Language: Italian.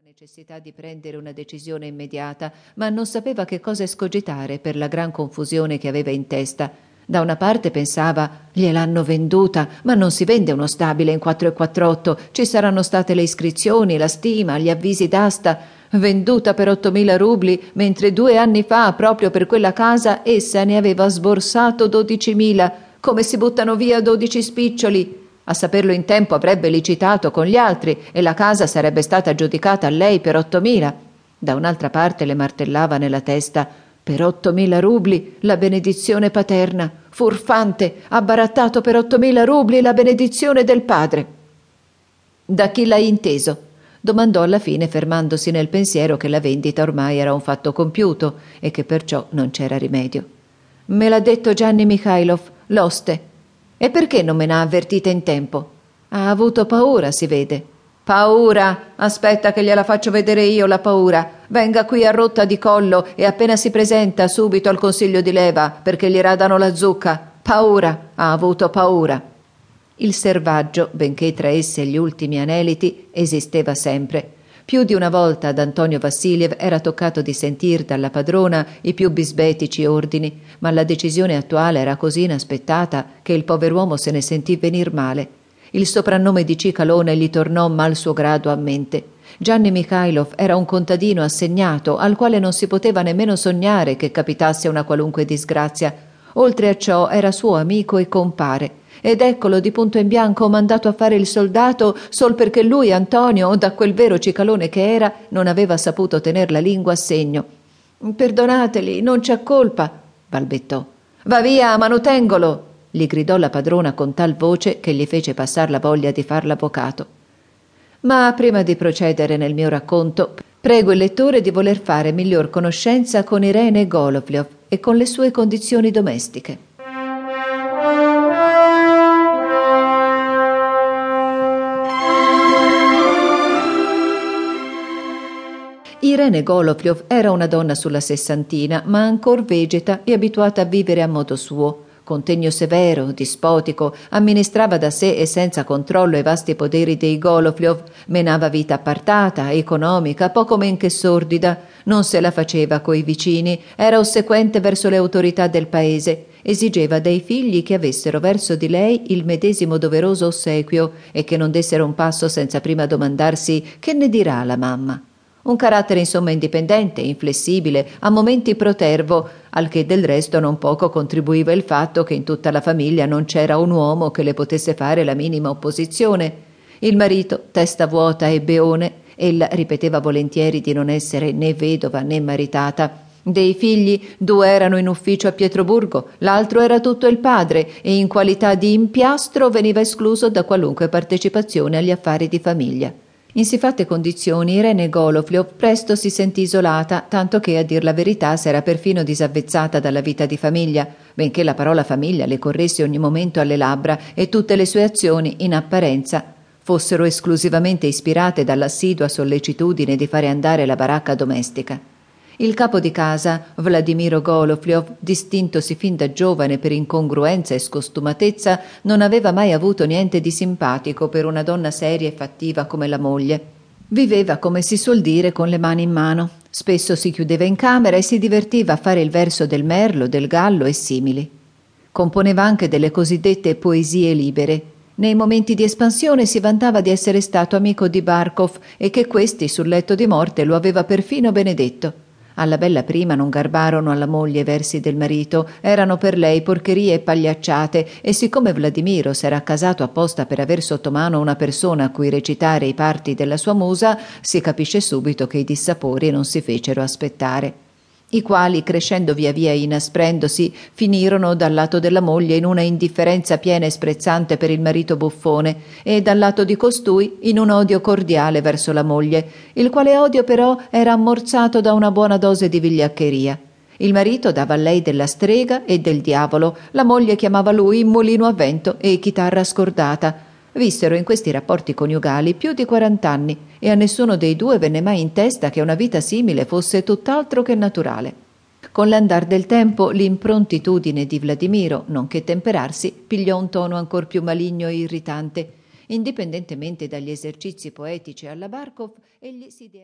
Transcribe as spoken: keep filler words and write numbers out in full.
necessità di prendere una decisione immediata, ma non sapeva che cosa escogitare per la gran confusione che aveva in testa. Da una parte pensava: gliel'hanno venduta, ma non si vende uno stabile in quattro e quarantotto, ci saranno state le iscrizioni, la stima, gli avvisi d'asta. Venduta per ottomila rubli, mentre due anni fa, proprio per quella casa, essa ne aveva sborsato dodicimila. Come si buttano via dodici spiccioli? A saperlo in tempo avrebbe licitato con gli altri e la casa sarebbe stata aggiudicata a lei per ottomila. Da un'altra parte le martellava nella testa: per ottomila rubli la benedizione paterna, furfante, ha barattato per ottomila rubli la benedizione del padre. Da chi l'hai inteso? Domandò alla fine, fermandosi nel pensiero che la vendita ormai era un fatto compiuto e che perciò non c'era rimedio. Me l'ha detto Gianni Michailov, l'oste. E perché non me n'ha avvertita in tempo? Ha avuto paura, si vede. Paura? Aspetta che gliela faccio vedere io la paura. Venga qui a rotta di collo e appena si presenta subito al consiglio di leva perché gli radano la zucca. Paura, ha avuto paura. Il servaggio, benché traesse gli ultimi aneliti, esisteva sempre. Più di una volta ad Antonio Vassiliev era toccato di sentir dalla padrona i più bisbetici ordini, ma la decisione attuale era così inaspettata che il pover'uomo se ne sentì venir male. Il soprannome di Cicalone gli tornò mal suo grado a mente. Gianni Michailov era un contadino assegnato al quale non si poteva nemmeno sognare che capitasse una qualunque disgrazia. Oltre a ciò era suo amico e compare. Ed eccolo di punto in bianco mandato a fare il soldato sol perché lui, Antonio, da quel vero cicalone che era, non aveva saputo tener la lingua a segno. «Perdonateli, non c'è colpa», balbettò. «Va via, manutengolo», gli gridò la padrona con tal voce che gli fece passar la voglia di far l'avvocato. Ma prima di procedere nel mio racconto, prego il lettore di voler fare miglior conoscenza con Irene Golovliov e con le sue condizioni domestiche. Irene Golovliov era una donna sulla sessantina, ma ancor vegeta e abituata a vivere a modo suo. Con tegno severo, dispotico, amministrava da sé e senza controllo i vasti poderi dei Golovliov, menava vita appartata, economica, poco men che sordida, non se la faceva coi vicini, era ossequente verso le autorità del paese, esigeva dai figli che avessero verso di lei il medesimo doveroso ossequio e che non dessero un passo senza prima domandarsi che ne dirà la mamma. Un carattere insomma indipendente, inflessibile, a momenti protervo, al che del resto non poco contribuiva il fatto che in tutta la famiglia non c'era un uomo che le potesse fare la minima opposizione. Il marito, testa vuota e beone, ella ripeteva volentieri di non essere né vedova né maritata. Dei figli, due erano in ufficio a Pietroburgo, l'altro era tutto il padre e in qualità di impiastro veniva escluso da qualunque partecipazione agli affari di famiglia. In siffatte condizioni Irene Golovliov presto si sentì isolata, tanto che, a dir la verità, s'era perfino disavvezzata dalla vita di famiglia, benché la parola famiglia le corresse ogni momento alle labbra e tutte le sue azioni, in apparenza, fossero esclusivamente ispirate dall'assidua sollecitudine di fare andare la baracca domestica. Il capo di casa, Vladimiro Golovliov, distintosi fin da giovane per incongruenza e scostumatezza, non aveva mai avuto niente di simpatico per una donna seria e fattiva come la moglie. Viveva, come si suol dire, con le mani in mano. Spesso si chiudeva in camera e si divertiva a fare il verso del merlo, del gallo e simili. Componeva anche delle cosiddette poesie libere. Nei momenti di espansione si vantava di essere stato amico di Barkov e che questi, sul letto di morte, lo aveva perfino benedetto. Alla bella prima non garbarono alla moglie i versi del marito, erano per lei porcherie e pagliacciate, e siccome Vladimiro s'era accasato apposta per aver sotto mano una persona a cui recitare i parti della sua musa, si capisce subito che i dissapori non si fecero aspettare, i quali, crescendo via via e inasprendosi, finirono dal lato della moglie in una indifferenza piena e sprezzante per il marito buffone e dal lato di costui in un odio cordiale verso la moglie, il quale odio però era ammorzato da una buona dose di vigliaccheria. Il marito dava a lei della strega e del diavolo, la moglie chiamava lui mulino a vento e chitarra scordata. Vissero in questi rapporti coniugali più di quarant'anni e a nessuno dei due venne mai in testa che una vita simile fosse tutt'altro che naturale. Con l'andar del tempo l'improntitudine di Vladimiro, nonché temperarsi, pigliò un tono ancor più maligno e irritante. Indipendentemente dagli esercizi poetici alla Barkov, egli si